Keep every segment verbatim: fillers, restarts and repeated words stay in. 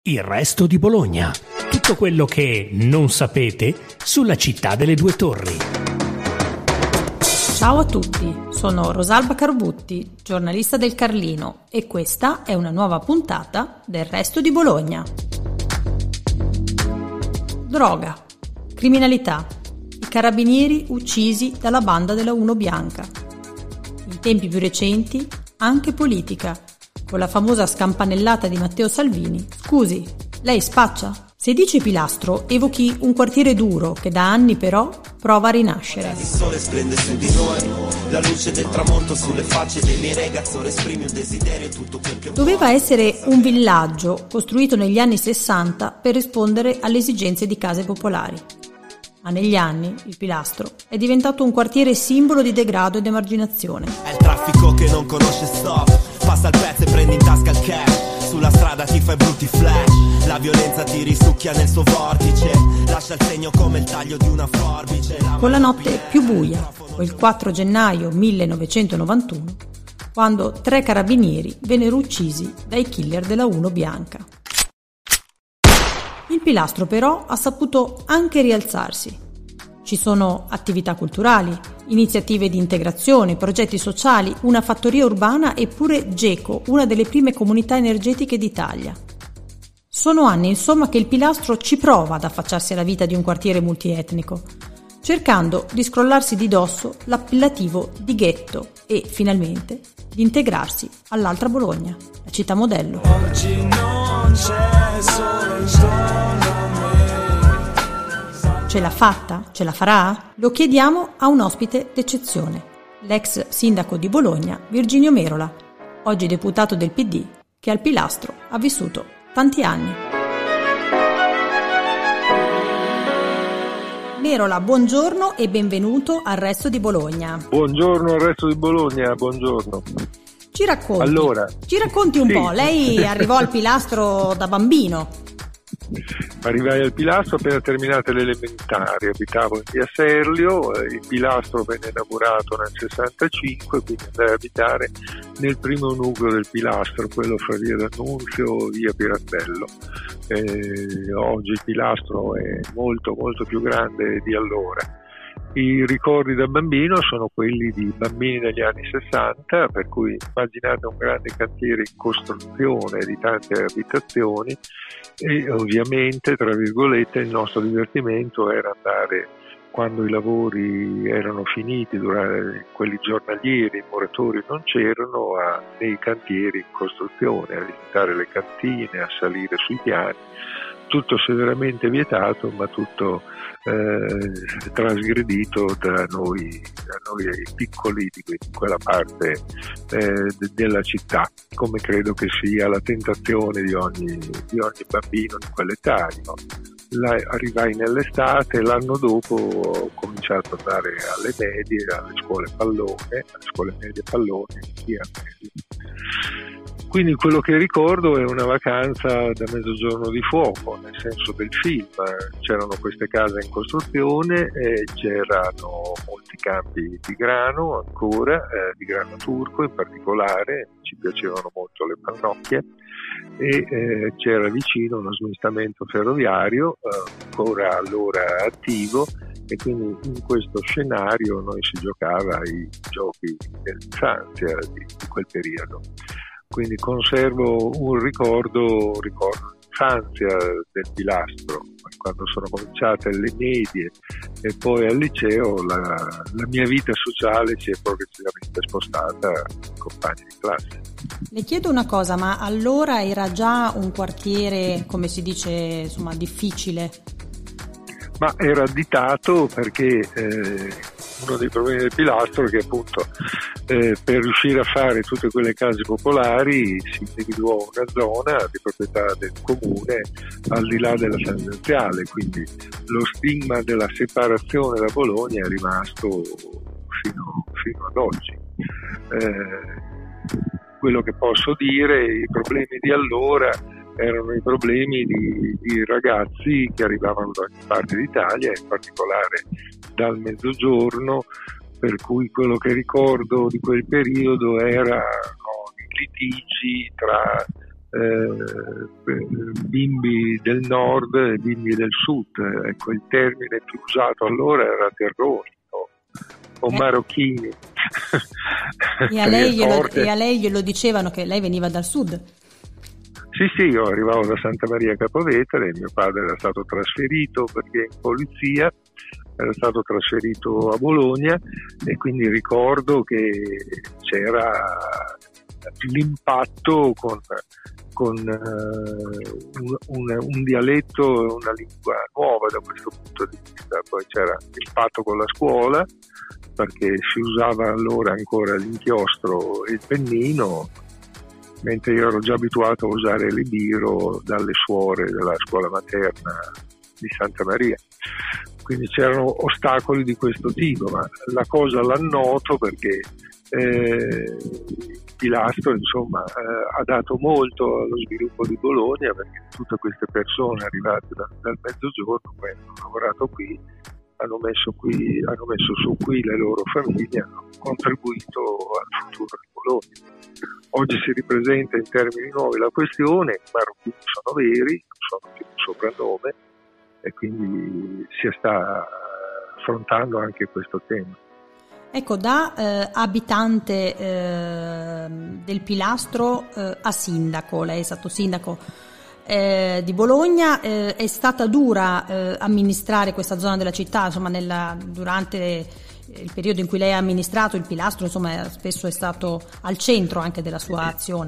Il resto di Bologna. Tutto quello che non sapete sulla città delle due torri. Ciao a tutti, sono Rosalba Carbutti, giornalista del Carlino, e questa è una nuova puntata del Resto di Bologna. Droga, criminalità, i carabinieri uccisi dalla banda della Uno Bianca. In tempi più recenti, anche politica, con la famosa scampanellata di Matteo Salvini. Scusi, lei spaccia? Se dice Pilastro, evochi un quartiere duro che da anni però prova a rinascere. Il sole splende su di noi, la luce del tramonto sulle facce dei miei ragazzi esprime un desiderio tutto quel che Doveva essere un villaggio costruito negli anni sessanta per rispondere alle esigenze di case popolari. Ma negli anni il Pilastro è diventato un quartiere simbolo di degrado ed emarginazione. È il traffico che non conosce stop, passa il pezzo e prendi in tasca il cash. Sulla strada ti fai brutti flash, la violenza ti risucchia nel suo vortice, lascia il segno come il taglio di una forbice. La Con la notte più buia, quel quattro gennaio millenovecentonovantuno, quando tre carabinieri vennero uccisi dai killer della Uno Bianca. Il Pilastro però ha saputo anche rialzarsi. Ci sono attività culturali, iniziative di integrazione, progetti sociali, una fattoria urbana e pure Geco, una delle prime comunità energetiche d'Italia. Sono anni, insomma, che il Pilastro ci prova ad affacciarsi alla vita di un quartiere multietnico, cercando di scrollarsi di dosso l'appellativo di ghetto e, finalmente, di integrarsi all'altra Bologna, la città modello. Oggi non c'è solo intorno a me. Ce l'ha fatta? Ce la farà? Lo chiediamo a un ospite d'eccezione, l'ex sindaco di Bologna, Virginio Merola, oggi deputato del P D, che al Pilastro ha vissuto tanti anni. Merola, buongiorno e benvenuto al Resto di Bologna. Buongiorno al Resto di Bologna, buongiorno. Ci racconti, allora, ci racconti un sì. po', lei arrivò al Pilastro da bambino. Arrivai al Pilastro appena terminate le elementari, abitavo in via Serlio, il Pilastro venne inaugurato nel sessantacinque, quindi andai a abitare nel primo nucleo del Pilastro, quello fra via D'Annunzio e via Pirandello. Eh, oggi il Pilastro è molto molto più grande di allora. I ricordi da bambino sono quelli di bambini degli anni sessanta, per cui immaginate un grande cantiere in costruzione di tante abitazioni e ovviamente, tra virgolette, il nostro divertimento era andare, quando i lavori erano finiti, durante quelli giornalieri, i muratori non c'erano, a, nei cantieri in costruzione, a visitare le cantine, a salire sui piani. Tutto severamente vietato, ma tutto eh, trasgredito da noi, da noi piccoli di quella parte eh, de- della città, come credo che sia la tentazione di ogni, di ogni bambino di quell'età. No? La, arrivai nell'estate, l'anno dopo ho cominciato ad andare alle medie, alle scuole pallone, alle scuole medie pallone, via medie. Quindi quello che ricordo è una vacanza da mezzogiorno di fuoco, nel senso del film. C'erano queste case in costruzione e c'erano molti campi di grano ancora, eh, di grano turco in particolare, ci piacevano molto le pannocchie, e eh, c'era vicino uno smistamento ferroviario eh, ancora allora attivo, e quindi in questo scenario noi si giocava ai giochi dell'infanzia di, di quel periodo. Quindi conservo un ricordo, ricordo l'infanzia del Pilastro. Quando sono cominciate le medie e poi al liceo, la, la mia vita sociale si è progressivamente spostata con i compagni di classe. Le chiedo una cosa, ma allora era già un quartiere, come si dice, insomma, difficile? Ma era additato perché eh, uno dei problemi del Pilastro è che appunto eh, per riuscire a fare tutte quelle case popolari si individuò una zona di proprietà del comune al di là della tangenziale, quindi lo stigma della separazione da Bologna è rimasto fino, fino ad oggi. Eh, quello che posso dire, i problemi di allora erano i problemi di, di ragazzi che arrivavano da ogni parte d'Italia, in particolare dal mezzogiorno, per cui quello che ricordo di quel periodo erano i litigi tra eh, bimbi del nord e bimbi del sud. Ecco, il termine più usato allora era terroni o, o eh. marocchini. E a, lei glielo, e a lei glielo dicevano che lei veniva dal sud? Sì, sì, io arrivavo da Santa Maria Capovetere, mio padre era stato trasferito perché in polizia, era stato trasferito a Bologna e quindi ricordo che c'era l'impatto con, con uh, un, un, un dialetto e una lingua nuova da questo punto di vista. Poi c'era l'impatto con la scuola perché si usava allora ancora l'inchiostro e il pennino, mentre io ero già abituato a usare il libro dalle suore della scuola materna di Santa Maria. Quindi c'erano ostacoli di questo tipo, ma la cosa l'annoto perché eh, Pilastro insomma eh, ha dato molto allo sviluppo di Bologna, perché tutte queste persone arrivate da, dal mezzogiorno poi hanno lavorato qui, hanno messo qui, hanno messo su qui le loro famiglie, hanno contribuito al futuro di Bologna. Oggi si ripresenta in termini nuovi la questione, i marocchini sono veri, non sono più un soprannome, e quindi si sta affrontando anche questo tema. Ecco, da eh, abitante eh, del Pilastro eh, a sindaco, lei è stato sindaco eh, di Bologna, eh, è stata dura eh, amministrare questa zona della città, insomma, nella, durante il periodo in cui lei ha amministrato il Pilastro, insomma, spesso è stato al centro anche della sua azione.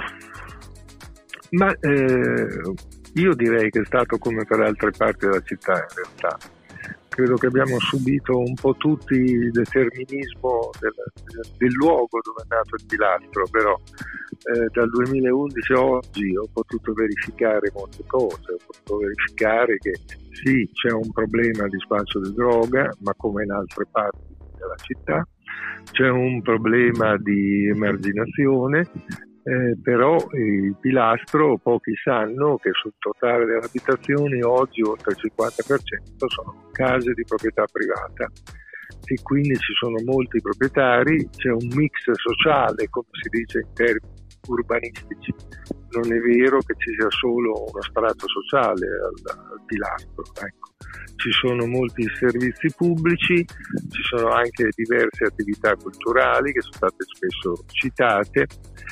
Ma eh, io direi che è stato come per altre parti della città in realtà. Credo che abbiamo subito un po' tutti il determinismo del, del luogo dove è nato il Pilastro, però eh, dal duemilaundici a oggi ho potuto verificare molte cose, ho potuto verificare che sì, c'è un problema di spaccio di droga, ma come in altre parti della città, c'è un problema di emarginazione, Eh, però il Pilastro pochi sanno che sul totale delle abitazioni oggi oltre il cinquanta per cento sono case di proprietà privata e quindi ci sono molti proprietari, c'è un mix sociale come si dice in termini urbanistici, non è vero che ci sia solo uno strato sociale al, al Pilastro, ecco. Ci sono molti servizi pubblici, ci sono anche diverse attività culturali che sono state spesso citate,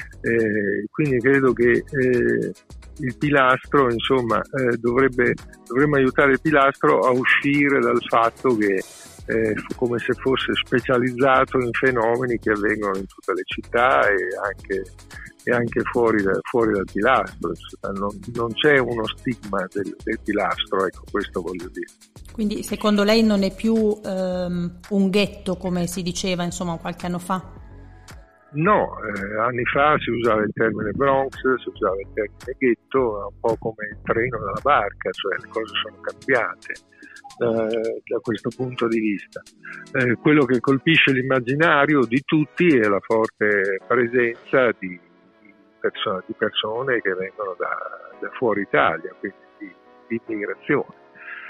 eh, quindi credo che eh, il Pilastro, insomma, eh, dovrebbe, dovremmo aiutare il Pilastro a uscire dal fatto che è come se fosse specializzato in fenomeni che avvengono in tutte le città e anche, e anche fuori, da, fuori dal Pilastro. Non, non c'è uno stigma del, del Pilastro, ecco, questo voglio dire. Quindi secondo lei non è più um, un ghetto come si diceva insomma qualche anno fa? No, eh, anni fa si usava il termine Bronx, si usava il termine ghetto, un po' come il treno della barca, cioè le cose sono cambiate eh, da questo punto di vista. Eh, quello che colpisce l'immaginario di tutti è la forte presenza di, di, perso- di persone che vengono da, da fuori Italia, quindi di, di immigrazione.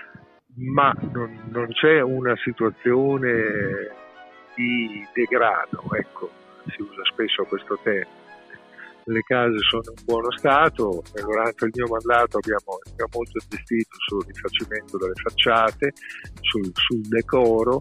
Ma non, non c'è una situazione di degrado, ecco, si usa spesso questo termine. Le case sono in buono stato, durante il mio mandato abbiamo, abbiamo molto investito sul rifacimento delle facciate, sul, sul decoro,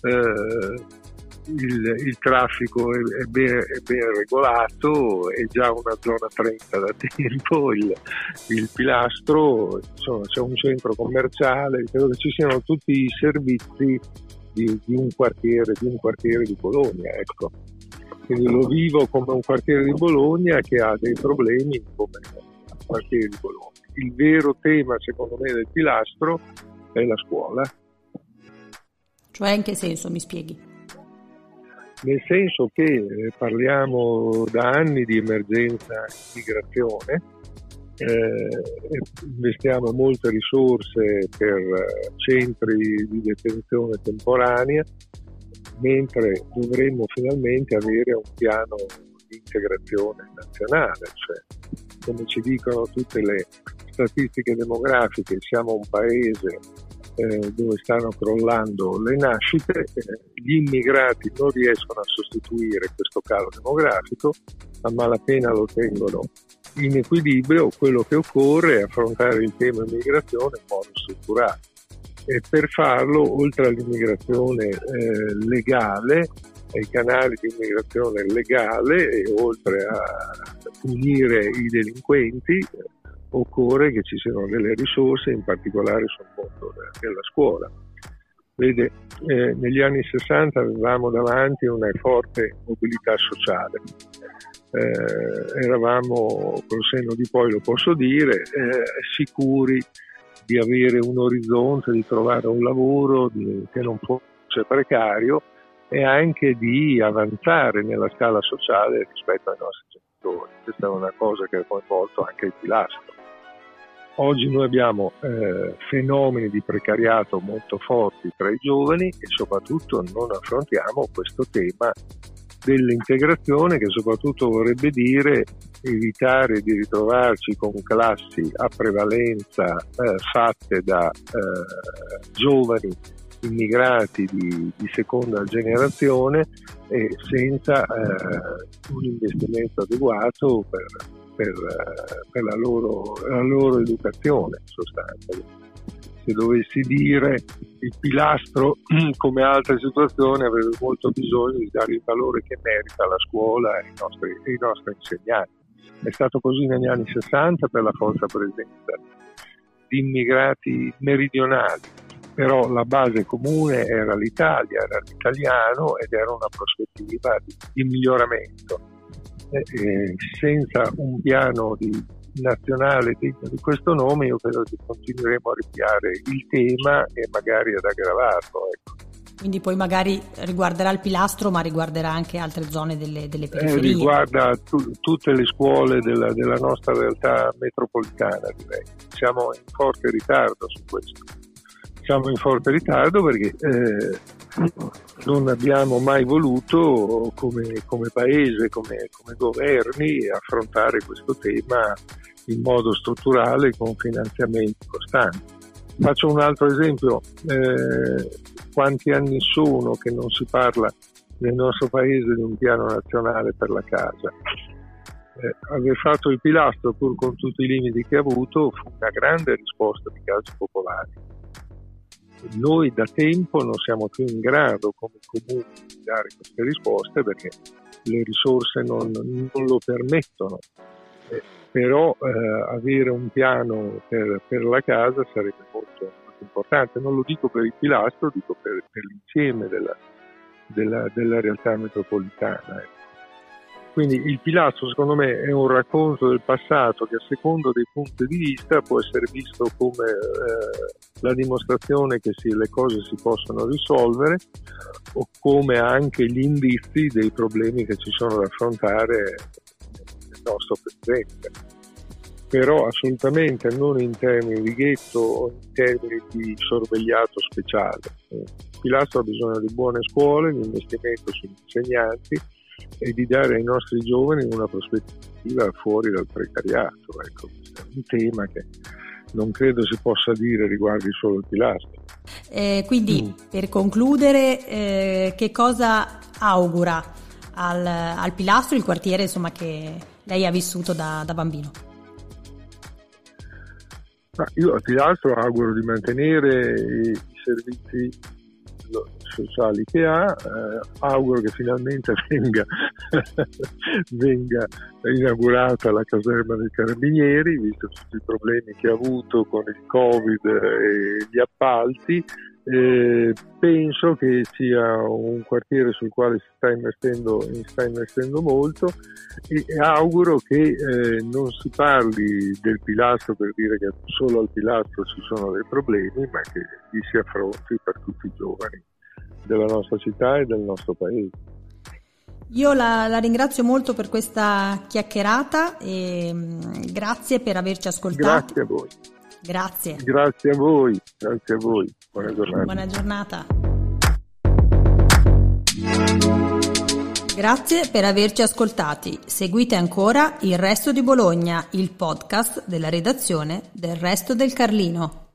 eh, il, il traffico è, è, ben, è ben regolato, è già una zona trenta da tempo, il, il Pilastro, insomma, c'è un centro commerciale, credo che ci siano tutti i servizi di, di un quartiere, di un quartiere di Bologna, ecco. Quindi lo vivo come un quartiere di Bologna che ha dei problemi come un quartiere di Bologna. Il vero tema, secondo me, del Pilastro è la scuola. Cioè, in che senso, mi spieghi? Nel senso che eh, parliamo da anni di emergenza immigrazione, eh, investiamo molte risorse per eh, centri di detenzione temporanea, mentre dovremmo finalmente avere un piano di integrazione nazionale, cioè come ci dicono tutte le statistiche demografiche, siamo un paese eh, dove stanno crollando le nascite, eh, gli immigrati non riescono a sostituire questo calo demografico, a malapena lo tengono in equilibrio, quello che occorre è affrontare il tema immigrazione in modo strutturale, e per farlo, oltre all'immigrazione eh, legale, ai canali di immigrazione legale, e oltre a punire i delinquenti, occorre che ci siano delle risorse, in particolare sul mondo della scuola. Vede, eh, negli anni sessanta avevamo davanti una forte mobilità sociale. Eh, eravamo, col senno di poi lo posso dire, eh, sicuri di avere un orizzonte, di trovare un lavoro di, che non fosse precario, e anche di avanzare nella scala sociale rispetto ai nostri genitori. Questa è una cosa che ha coinvolto anche il pilastro. Oggi noi abbiamo eh, fenomeni di precariato molto forti tra i giovani, e soprattutto non affrontiamo questo tema dell'integrazione, che soprattutto vorrebbe dire evitare di ritrovarci con classi a prevalenza eh, fatte da eh, giovani immigrati di, di seconda generazione, e senza eh, un investimento adeguato per, per, per la, loro, la loro educazione, in sostanza. Se dovessi dire, il pilastro, come altre situazioni, avrebbe molto bisogno di dare il valore che merita la scuola e i nostri, e i nostri insegnanti. È stato così negli anni sessanta per la forza presenza di immigrati meridionali, però la base comune era l'Italia, era l'italiano, ed era una prospettiva di, di miglioramento. E, e senza un piano di nazionale di, di questo nome, io credo che continueremo a rinviare il tema e magari ad aggravarlo. Ecco. Quindi poi magari riguarderà il pilastro, ma riguarderà anche altre zone delle, delle periferie. Eh, riguarda tu, tutte le scuole della, della nostra realtà metropolitana, direi. Siamo in forte ritardo su questo. Siamo in forte ritardo perché eh, non abbiamo mai voluto, come, come paese, come, come governi, affrontare questo tema in modo strutturale con finanziamenti costanti. Faccio un altro esempio. Eh, quanti anni sono che non si parla nel nostro paese di un piano nazionale per la casa? Eh, aver fatto il pilastro, pur con tutti i limiti che ha avuto, fu una grande risposta di case popolari. Noi da tempo non siamo più in grado come comune di dare queste risposte perché le risorse non, non lo permettono, eh, però eh, avere un piano per, per la casa sarebbe molto, molto importante. Non lo dico per il pilastro, dico per, per l'insieme della, della, della realtà metropolitana. Eh. Quindi il pilastro, secondo me, è un racconto del passato che, a secondo dei punti di vista, può essere visto come eh, la dimostrazione che si, le cose si possono risolvere, o come anche gli indizi dei problemi che ci sono da affrontare nel nostro presente. Però assolutamente non in termini di ghetto o in termini di sorvegliato speciale. Il pilastro ha bisogno di buone scuole, di investimento sugli insegnanti, e di dare ai nostri giovani una prospettiva fuori dal precariato. Ecco, questo è un tema che non credo si possa dire riguardi solo il pilastro. Eh, quindi, mm. per concludere, eh, che cosa augura al, al pilastro, il quartiere, insomma, che lei ha vissuto da, da bambino? Ma io al pilastro auguro di mantenere i, i servizi sociali che ha, eh, auguro che finalmente venga, venga inaugurata la caserma dei Carabinieri, visto tutti i problemi che ha avuto con il Covid e gli appalti. Eh, penso che sia un quartiere sul quale si sta investendo, si sta investendo molto, e, e auguro che eh, non si parli del pilastro per dire che solo al pilastro ci sono dei problemi, ma che li si affronti per tutti i giovani della nostra città e del nostro paese. Io la, la ringrazio molto per questa chiacchierata e mh, grazie per averci ascoltati. Grazie a voi. Grazie. Grazie a voi, grazie a voi. Buona giornata. Buona giornata. Grazie per averci ascoltati. Seguite ancora Il Resto di Bologna, il podcast della redazione del Resto del Carlino.